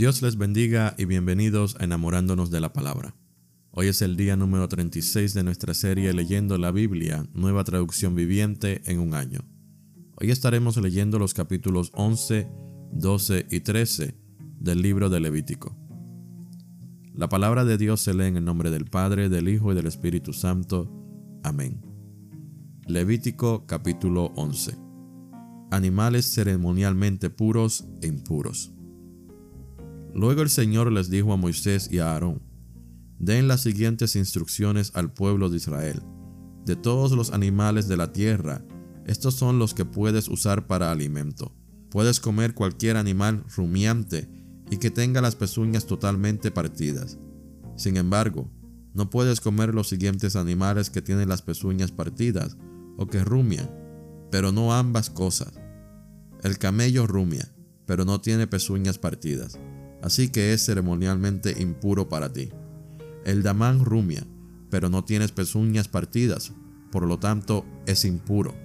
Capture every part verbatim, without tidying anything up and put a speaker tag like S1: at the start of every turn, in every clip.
S1: Dios les bendiga y bienvenidos a Enamorándonos de la Palabra. Hoy es el día número treinta y seis de nuestra serie Leyendo la Biblia, Nueva Traducción Viviente en un año. Hoy estaremos leyendo los capítulos once, doce y trece del libro de Levítico. La palabra de Dios se lee en el nombre del Padre, del Hijo y del Espíritu Santo. Amén. Levítico capítulo once. Animales ceremonialmente puros e impuros. Luego el Señor les dijo a Moisés y a Aarón: den las siguientes instrucciones al pueblo de Israel. De todos los animales de la tierra, estos son los que puedes usar para alimento. Puedes comer cualquier animal rumiante y que tenga las pezuñas totalmente partidas. Sin embargo, no puedes comer los siguientes animales que tienen las pezuñas partidas o que rumian, pero no ambas cosas. El camello rumia, pero no tiene pezuñas partidas, así que es ceremonialmente impuro para ti. El damán rumia, pero no tiene pezuñas partidas, por lo tanto es impuro.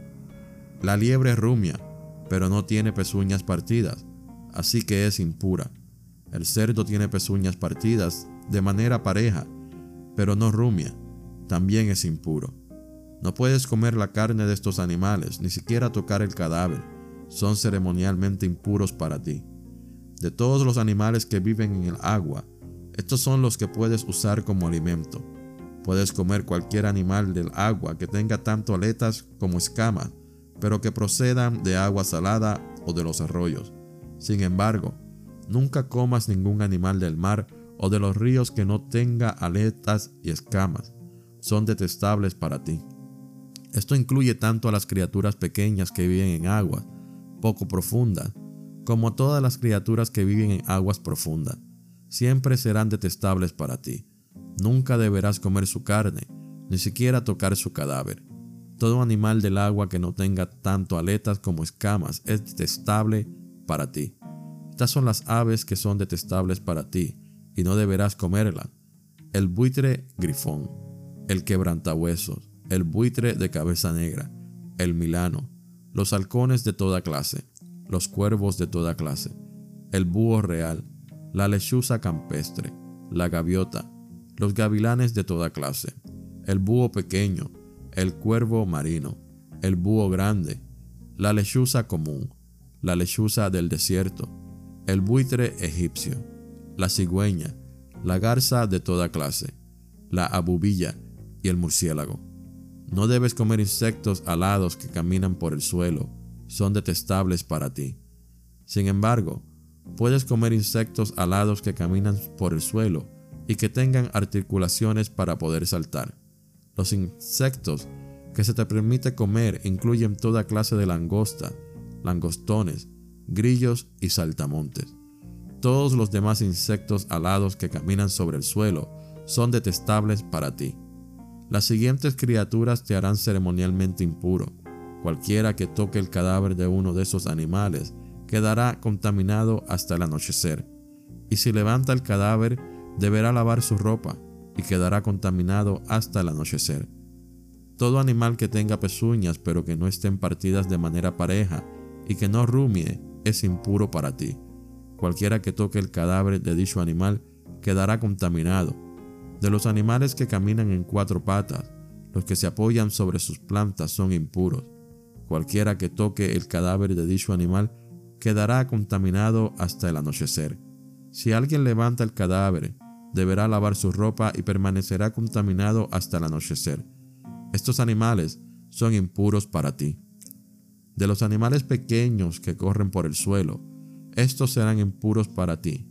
S1: La liebre rumia, pero no tiene pezuñas partidas, así que es impura. El cerdo tiene pezuñas partidas de manera pareja, pero no rumia, también es impuro. No puedes comer la carne de estos animales, ni siquiera tocar el cadáver, son ceremonialmente impuros para ti. De todos los animales que viven en el agua, estos son los que puedes usar como alimento. Puedes comer cualquier animal del agua que tenga tanto aletas como escamas, pero que procedan de agua salada o de los arroyos. Sin embargo, nunca comas ningún animal del mar o de los ríos que no tenga aletas y escamas. Son detestables para ti. Esto incluye tanto a las criaturas pequeñas que viven en aguas poco profundas, como todas las criaturas que viven en aguas profundas. Siempre serán detestables para ti. Nunca deberás comer su carne, ni siquiera tocar su cadáver. Todo animal del agua que no tenga tanto aletas como escamas es detestable para ti. Estas son las aves que son detestables para ti, y no deberás comerlas: el buitre grifón, el quebrantahuesos, el buitre de cabeza negra, el milano, los halcones de toda clase, los cuervos de toda clase, el búho real, la lechuza campestre, la gaviota, los gavilanes de toda clase, el búho pequeño, el cuervo marino, el búho grande, la lechuza común, la lechuza del desierto, el buitre egipcio, la cigüeña, la garza de toda clase, la abubilla y el murciélago. No debes comer insectos alados que caminan por el suelo, son detestables para ti. Sin embargo, puedes comer insectos alados que caminan por el suelo y que tengan articulaciones para poder saltar. Los insectos que se te permite comer incluyen toda clase de langostas, langostones, grillos y saltamontes. Todos los demás insectos alados que caminan sobre el suelo son detestables para ti. Las siguientes criaturas te harán ceremonialmente impuro. Cualquiera que toque el cadáver de uno de esos animales quedará contaminado hasta el anochecer. Y si levanta el cadáver, deberá lavar su ropa y quedará contaminado hasta el anochecer. Todo animal que tenga pezuñas pero que no estén partidas de manera pareja y que no rumie es impuro para ti. Cualquiera que toque el cadáver de dicho animal quedará contaminado. De los animales que caminan en cuatro patas, los que se apoyan sobre sus plantas son impuros. Cualquiera que toque el cadáver de dicho animal quedará contaminado hasta el anochecer. Si alguien levanta el cadáver, deberá lavar su ropa y permanecerá contaminado hasta el anochecer. Estos animales son impuros para ti. De los animales pequeños que corren por el suelo, estos serán impuros para ti: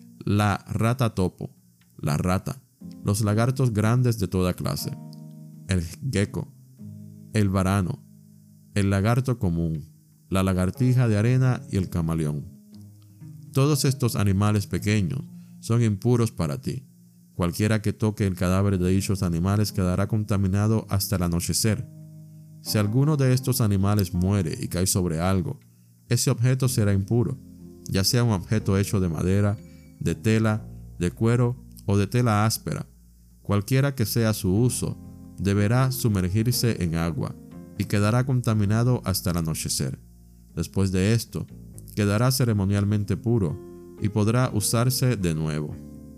S1: la rata topo, la rata, los lagartos grandes de toda clase, el gecko, el varano, el lagarto común, la lagartija de arena y el camaleón. Todos estos animales pequeños son impuros para ti. Cualquiera que toque el cadáver de dichos animales quedará contaminado hasta el anochecer. Si alguno de estos animales muere y cae sobre algo, ese objeto será impuro, ya sea un objeto hecho de madera, de tela, de cuero o de tela áspera. Cualquiera que sea su uso, deberá sumergirse en agua y quedará contaminado hasta el anochecer. Después de esto, quedará ceremonialmente puro y podrá usarse de nuevo.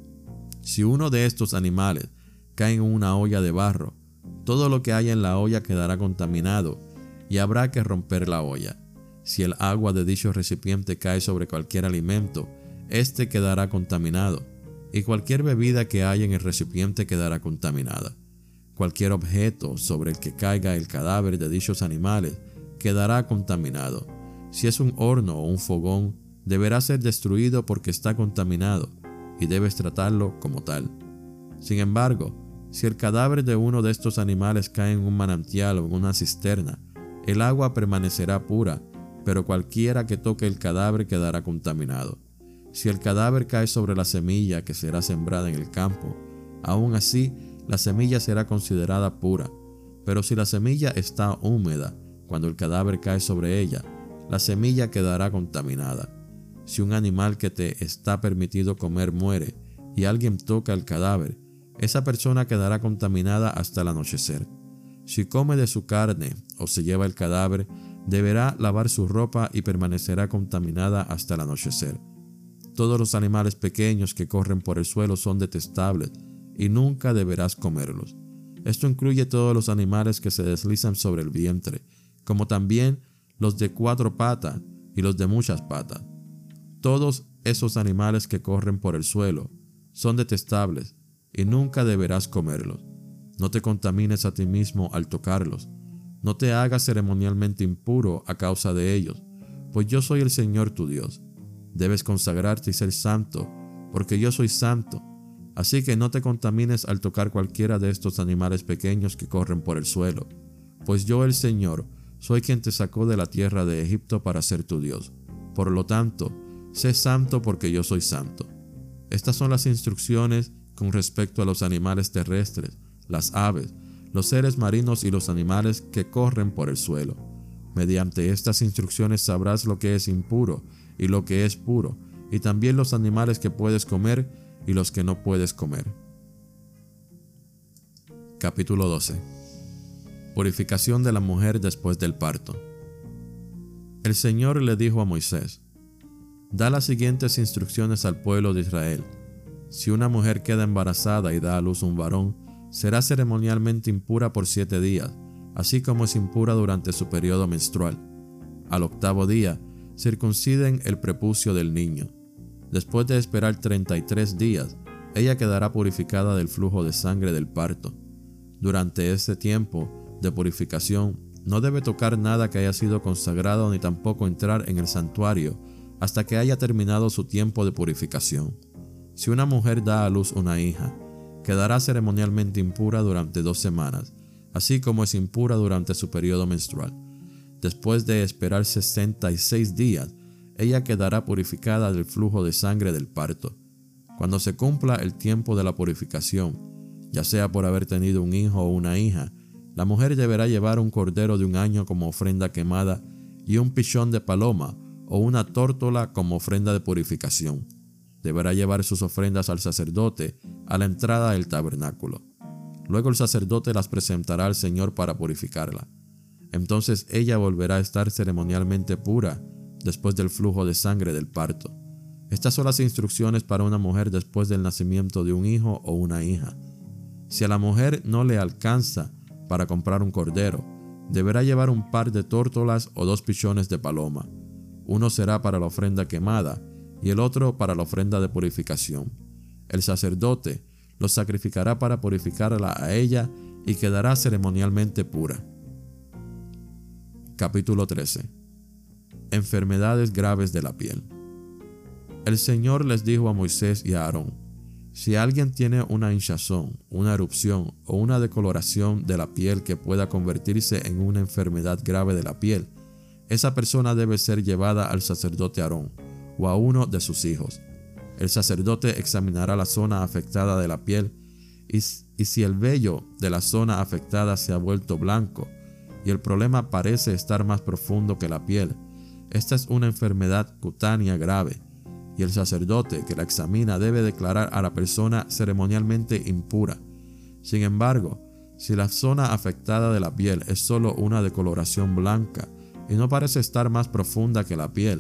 S1: Si uno de estos animales cae en una olla de barro, todo lo que haya en la olla quedará contaminado y habrá que romper la olla. Si el agua de dicho recipiente cae sobre cualquier alimento, éste quedará contaminado, y cualquier bebida que haya en el recipiente quedará contaminada. Cualquier objeto sobre el que caiga el cadáver de dichos animales quedará contaminado. Si es un horno o un fogón, deberá ser destruido porque está contaminado, y debes tratarlo como tal. Sin embargo, si el cadáver de uno de estos animales cae en un manantial o en una cisterna, el agua permanecerá pura, pero cualquiera que toque el cadáver quedará contaminado. Si el cadáver cae sobre la semilla que será sembrada en el campo, aún así la semilla será considerada pura, pero si la semilla está húmeda, cuando el cadáver cae sobre ella, la semilla quedará contaminada. Si un animal que te está permitido comer muere y alguien toca el cadáver, esa persona quedará contaminada hasta el anochecer. Si come de su carne o se lleva el cadáver, deberá lavar su ropa y permanecerá contaminada hasta el anochecer. Todos los animales pequeños que corren por el suelo son detestables y nunca deberás comerlos. Esto incluye todos los animales que se deslizan sobre el vientre, como también los de cuatro patas y los de muchas patas. Todos esos animales que corren por el suelo son detestables y nunca deberás comerlos. No te contamines a ti mismo al tocarlos. No te hagas ceremonialmente impuro a causa de ellos, pues yo soy el Señor tu Dios. Debes consagrarte y ser santo, porque yo soy santo. Así que no te contamines al tocar cualquiera de estos animales pequeños que corren por el suelo, pues yo el Señor soy quien te sacó de la tierra de Egipto para ser tu Dios. Por lo tanto, sé santo porque yo soy santo. Estas son las instrucciones con respecto a los animales terrestres, las aves, los seres marinos y los animales que corren por el suelo. Mediante estas instrucciones sabrás lo que es impuro y lo que es puro, y también los animales que puedes comer y los que no puedes comer. Capítulo doce. Purificación de la mujer después del parto. El Señor le dijo a Moisés: da las siguientes instrucciones al pueblo de Israel. Si una mujer queda embarazada y da a luz un varón, será ceremonialmente impura por siete días, así como es impura durante su periodo menstrual. Al octavo día, circunciden el prepucio del niño. Después de esperar treinta y tres días, ella quedará purificada del flujo de sangre del parto. Durante este tiempo de purificación, no debe tocar nada que haya sido consagrado ni tampoco entrar en el santuario hasta que haya terminado su tiempo de purificación. Si una mujer da a luz una hija, quedará ceremonialmente impura durante dos semanas, así como es impura durante su periodo menstrual. Después de esperar sesenta y seis días, ella quedará purificada del flujo de sangre del parto. Cuando se cumpla el tiempo de la purificación, ya sea por haber tenido un hijo o una hija, la mujer deberá llevar un cordero de un año como ofrenda quemada y un pichón de paloma o una tórtola como ofrenda de purificación. Deberá llevar sus ofrendas al sacerdote a la entrada del tabernáculo. Luego el sacerdote las presentará al Señor para purificarla. Entonces ella volverá a estar ceremonialmente pura después del flujo de sangre del parto. Estas son las instrucciones para una mujer después del nacimiento de un hijo o una hija. Si a la mujer no le alcanza para comprar un cordero, deberá llevar un par de tórtolas o dos pichones de paloma. Uno será para la ofrenda quemada y el otro para la ofrenda de purificación. El sacerdote los sacrificará para purificarla a ella y quedará ceremonialmente pura. Capítulo trece. Enfermedades graves de la piel. El Señor les dijo a Moisés y a Aarón: si alguien tiene una hinchazón, una erupción o una decoloración de la piel que pueda convertirse en una enfermedad grave de la piel, esa persona debe ser llevada al sacerdote Aarón o a uno de sus hijos. El sacerdote examinará la zona afectada de la piel y, y si el vello de la zona afectada se ha vuelto blanco y el problema parece estar más profundo que la piel, esta es una enfermedad cutánea grave y el sacerdote que la examina debe declarar a la persona ceremonialmente impura. Sin embargo, si la zona afectada de la piel es solo una decoloración blanca y no parece estar más profunda que la piel,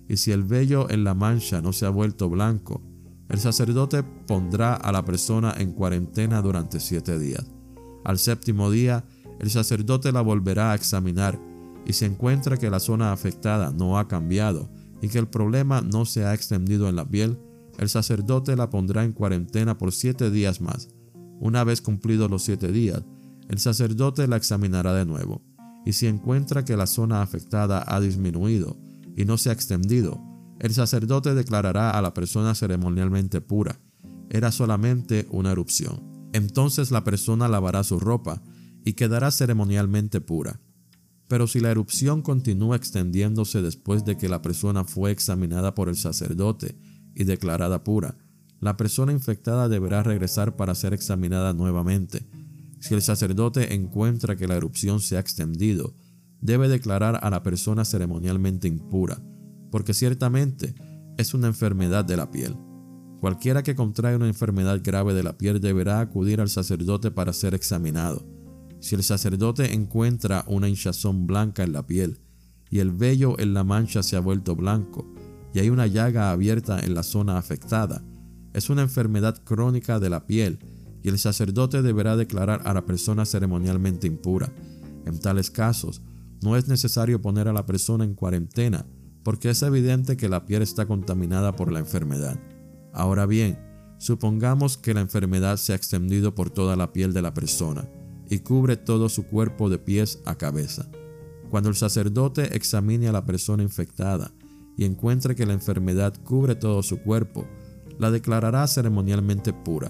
S1: y si el vello en la mancha no se ha vuelto blanco, el sacerdote pondrá a la persona en cuarentena durante siete días. Al séptimo día, el sacerdote la volverá a examinar y si encuentra que la zona afectada no ha cambiado y que el problema no se ha extendido en la piel, el sacerdote la pondrá en cuarentena por siete días más. Una vez cumplidos los siete días, el sacerdote la examinará de nuevo, y si encuentra que la zona afectada ha disminuido y no se ha extendido, el sacerdote declarará a la persona ceremonialmente pura. Era solamente una erupción. Entonces la persona lavará su ropa y quedará ceremonialmente pura. Pero si la erupción continúa extendiéndose después de que la persona fue examinada por el sacerdote y declarada pura, la persona infectada deberá regresar para ser examinada nuevamente. Si el sacerdote encuentra que la erupción se ha extendido, debe declarar a la persona ceremonialmente impura, porque ciertamente es una enfermedad de la piel. Cualquiera que contrae una enfermedad grave de la piel deberá acudir al sacerdote para ser examinado. Si el sacerdote encuentra una hinchazón blanca en la piel y el vello en la mancha se ha vuelto blanco y hay una llaga abierta en la zona afectada, es una enfermedad crónica de la piel y el sacerdote deberá declarar a la persona ceremonialmente impura. En tales casos, no es necesario poner a la persona en cuarentena porque es evidente que la piel está contaminada por la enfermedad. Ahora bien, supongamos que la enfermedad se ha extendido por toda la piel de la persona y cubre todo su cuerpo de pies a cabeza. Cuando el sacerdote examine a la persona infectada y encuentre que la enfermedad cubre todo su cuerpo, la declarará ceremonialmente pura.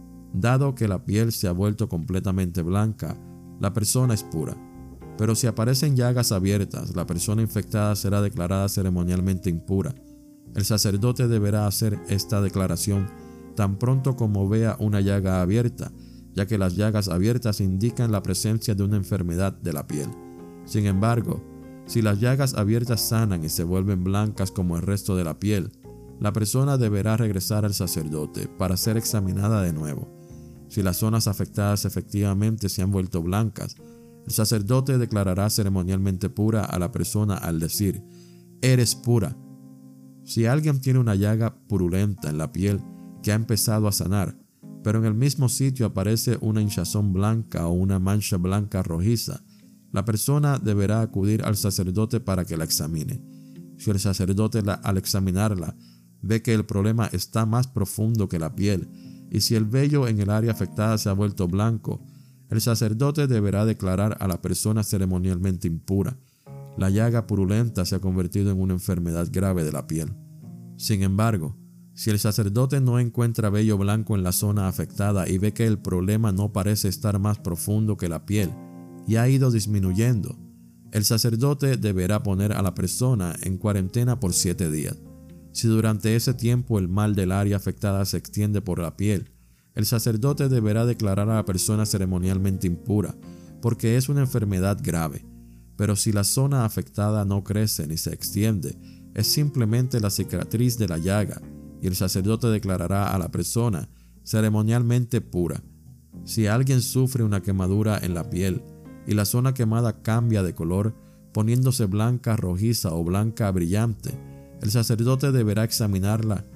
S1: Dado que la piel se ha vuelto completamente blanca, la persona es pura. Pero si aparecen llagas abiertas, la persona infectada será declarada ceremonialmente impura. El sacerdote deberá hacer esta declaración tan pronto como vea una llaga abierta, ya que las llagas abiertas indican la presencia de una enfermedad de la piel. Sin embargo, si las llagas abiertas sanan y se vuelven blancas como el resto de la piel, la persona deberá regresar al sacerdote para ser examinada de nuevo. Si las zonas afectadas efectivamente se han vuelto blancas, el sacerdote declarará ceremonialmente pura a la persona al decir: «Eres pura». Si alguien tiene una llaga purulenta en la piel que ha empezado a sanar, pero en el mismo sitio aparece una hinchazón blanca o una mancha blanca rojiza, la persona deberá acudir al sacerdote para que la examine. Si el sacerdote la, al examinarla ve que el problema está más profundo que la piel, y si el vello en el área afectada se ha vuelto blanco, el sacerdote deberá declarar a la persona ceremonialmente impura. La llaga purulenta se ha convertido en una enfermedad grave de la piel. Sin embargo, si el sacerdote no encuentra vello blanco en la zona afectada y ve que el problema no parece estar más profundo que la piel y ha ido disminuyendo, el sacerdote deberá poner a la persona en cuarentena por siete días. Si durante ese tiempo el mal del área afectada se extiende por la piel, el sacerdote deberá declarar a la persona ceremonialmente impura, porque es una enfermedad grave. Pero si la zona afectada no crece ni se extiende, es simplemente la cicatriz de la llaga, y el sacerdote declarará a la persona ceremonialmente pura. Si alguien sufre una quemadura en la piel y la zona quemada cambia de color, poniéndose blanca, rojiza o blanca brillante, el sacerdote deberá examinarla.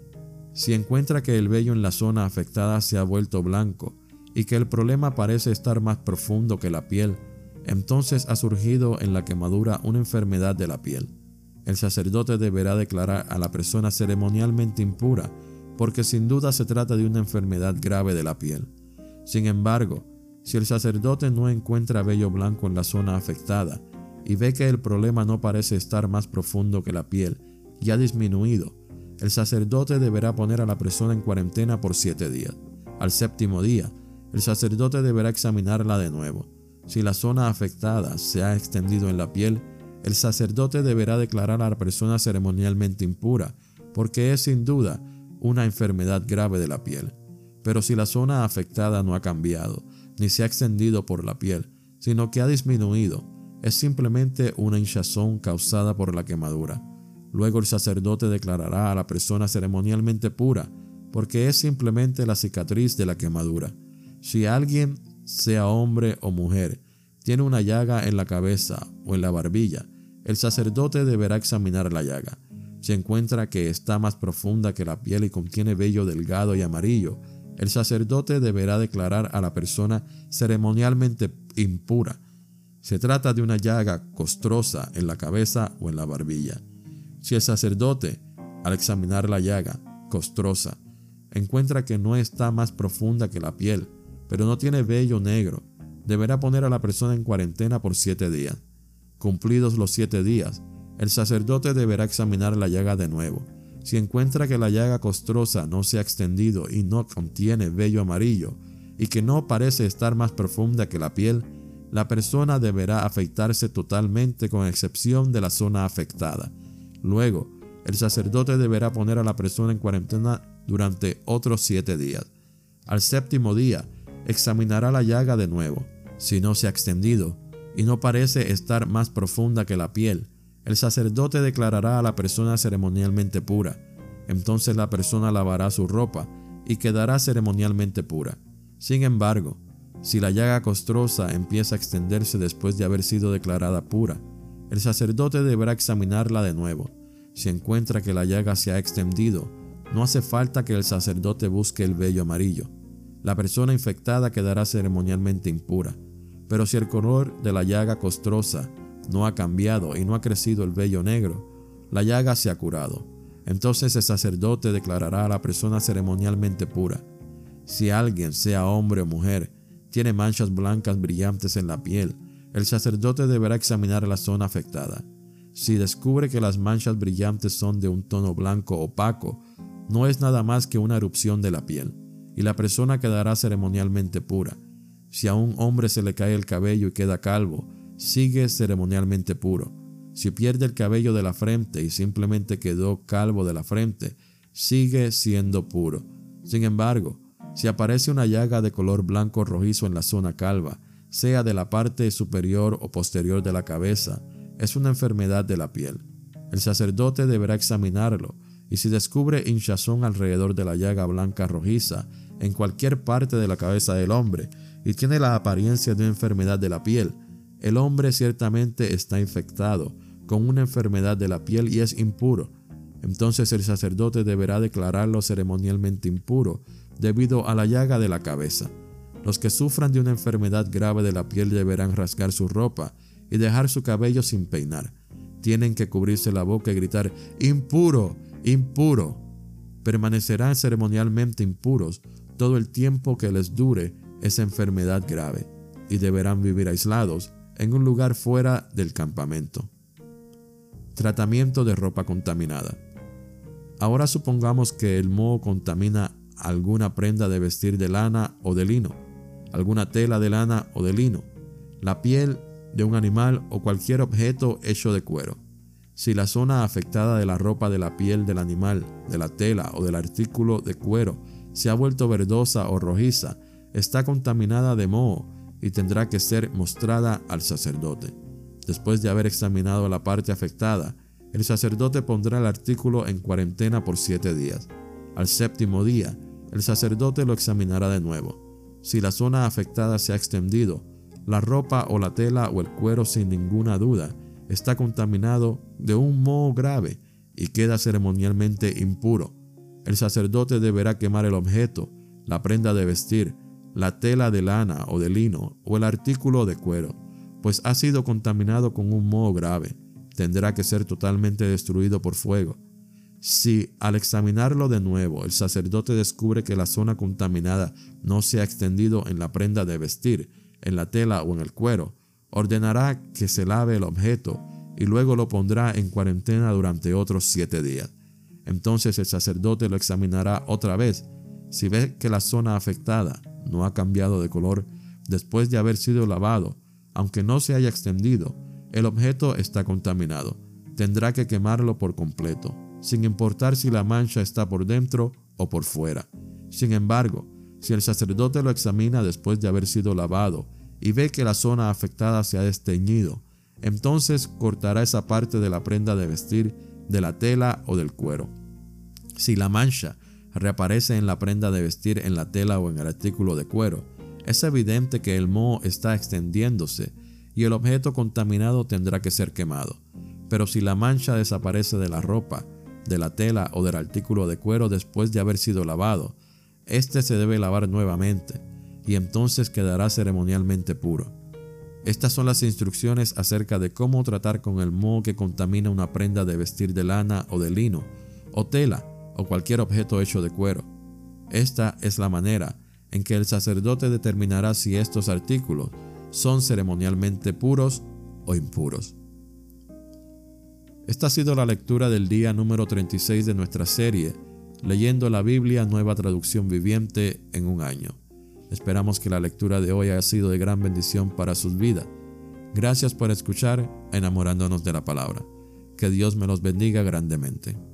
S1: Si encuentra que el vello en la zona afectada se ha vuelto blanco y que el problema parece estar más profundo que la piel, entonces ha surgido en la quemadura una enfermedad de la piel. El sacerdote deberá declarar a la persona ceremonialmente impura, porque sin duda se trata de una enfermedad grave de la piel. Sin embargo, si el sacerdote no encuentra vello blanco en la zona afectada y ve que el problema no parece estar más profundo que la piel y ha disminuido, el sacerdote deberá poner a la persona en cuarentena por siete días. Al séptimo día, el sacerdote deberá examinarla de nuevo. Si la zona afectada se ha extendido en la piel, el sacerdote deberá declarar a la persona ceremonialmente impura, porque es sin duda una enfermedad grave de la piel. Pero si la zona afectada no ha cambiado, ni se ha extendido por la piel, sino que ha disminuido, es simplemente una hinchazón causada por la quemadura. Luego el sacerdote declarará a la persona ceremonialmente pura, porque es simplemente la cicatriz de la quemadura. Si alguien, sea hombre o mujer, tiene una llaga en la cabeza o en la barbilla, el sacerdote deberá examinar la llaga. Si encuentra que está más profunda que la piel y contiene vello delgado y amarillo, el sacerdote deberá declarar a la persona ceremonialmente impura. Se trata de una llaga costrosa en la cabeza o en la barbilla. Si el sacerdote, al examinar la llaga costrosa, encuentra que no está más profunda que la piel, pero no tiene vello negro, deberá poner a la persona en cuarentena por siete días. Cumplidos los siete días, el sacerdote deberá examinar la llaga de nuevo. Si encuentra que la llaga costrosa no se ha extendido y no contiene vello amarillo, y que no parece estar más profunda que la piel, la persona deberá afeitarse totalmente con excepción de la zona afectada. Luego, el sacerdote deberá poner a la persona en cuarentena durante otros siete días. Al séptimo día, examinará la llaga de nuevo. Si no se ha extendido y no parece estar más profunda que la piel, el sacerdote declarará a la persona ceremonialmente pura. Entonces la persona lavará su ropa y quedará ceremonialmente pura. Sin embargo, si la llaga costrosa empieza a extenderse después de haber sido declarada pura, el sacerdote deberá examinarla de nuevo. Si encuentra que la llaga se ha extendido, no hace falta que el sacerdote busque el vello amarillo. La persona infectada quedará ceremonialmente impura. Pero si el color de la llaga costrosa no ha cambiado y no ha crecido el vello negro, la llaga se ha curado. Entonces el sacerdote declarará a la persona ceremonialmente pura. Si alguien, sea hombre o mujer, tiene manchas blancas brillantes en la piel, el sacerdote deberá examinar la zona afectada. Si descubre que las manchas brillantes son de un tono blanco opaco, no es nada más que una erupción de la piel, y la persona quedará ceremonialmente pura. Si a un hombre se le cae el cabello y queda calvo, sigue ceremonialmente puro. Si pierde el cabello de la frente y simplemente quedó calvo de la frente, sigue siendo puro. Sin embargo, si aparece una llaga de color blanco rojizo en la zona calva, sea de la parte superior o posterior de la cabeza, es una enfermedad de la piel. El sacerdote deberá examinarlo, y si descubre hinchazón alrededor de la llaga blanca rojiza en cualquier parte de la cabeza del hombre y tiene la apariencia de una enfermedad de la piel, el hombre ciertamente está infectado con una enfermedad de la piel y es impuro. Entonces el sacerdote deberá declararlo ceremonialmente impuro debido a la llaga de la cabeza. Los que sufran de una enfermedad grave de la piel deberán rasgar su ropa y dejar su cabello sin peinar. Tienen que cubrirse la boca y gritar «impuro, impuro». Permanecerán ceremonialmente impuros todo el tiempo que les dure esa enfermedad grave y deberán vivir aislados en un lugar fuera del campamento. Tratamiento de ropa contaminada. Ahora supongamos que el moho contamina alguna prenda de vestir de lana o de lino, alguna tela de lana o de lino, la piel de un animal o cualquier objeto hecho de cuero. Si la zona afectada de la ropa, de la piel del animal, de la tela o del artículo de cuero se ha vuelto verdosa o rojiza, está contaminada de moho y tendrá que ser mostrada al sacerdote. Después de haber examinado la parte afectada, el sacerdote pondrá el artículo en cuarentena por siete días. Al séptimo día, el sacerdote lo examinará de nuevo. Si la zona afectada se ha extendido, la ropa o la tela o el cuero sin ninguna duda está contaminado de un moho grave y queda ceremonialmente impuro. El sacerdote deberá quemar el objeto, la prenda de vestir, la tela de lana o de lino o el artículo de cuero, pues ha sido contaminado con un moho grave. Tendrá que ser totalmente destruido por fuego. Si al examinarlo de nuevo el sacerdote descubre que la zona contaminada no se ha extendido en la prenda de vestir, en la tela o en el cuero, ordenará que se lave el objeto y luego lo pondrá en cuarentena durante otros siete días. Entonces el sacerdote lo examinará otra vez. Si ve que la zona afectada no ha cambiado de color después de haber sido lavado, aunque no se haya extendido, el objeto está contaminado. Tendrá que quemarlo por completo, sin importar si la mancha está por dentro o por fuera. Sin embargo, si el sacerdote lo examina después de haber sido lavado y ve que la zona afectada se ha desteñido, entonces cortará esa parte de la prenda de vestir, de la tela o del cuero. Si la mancha reaparece en la prenda de vestir, en la tela o en el artículo de cuero, es evidente que el moho está extendiéndose y el objeto contaminado tendrá que ser quemado. Pero si la mancha desaparece de la ropa, de la tela o del artículo de cuero después de haber sido lavado, este se debe lavar nuevamente y entonces quedará ceremonialmente puro. Estas son las instrucciones acerca de cómo tratar con el moho que contamina una prenda de vestir de lana o de lino, o tela, o cualquier objeto hecho de cuero. Esta es la manera en que el sacerdote determinará si estos artículos son ceremonialmente puros o impuros. Esta ha sido la lectura del día número treinta y seis de nuestra serie, Leyendo la Biblia, Nueva Traducción Viviente en un año. Esperamos que la lectura de hoy haya sido de gran bendición para sus vidas. Gracias por escuchar Enamorándonos de la Palabra. Que Dios me los bendiga grandemente.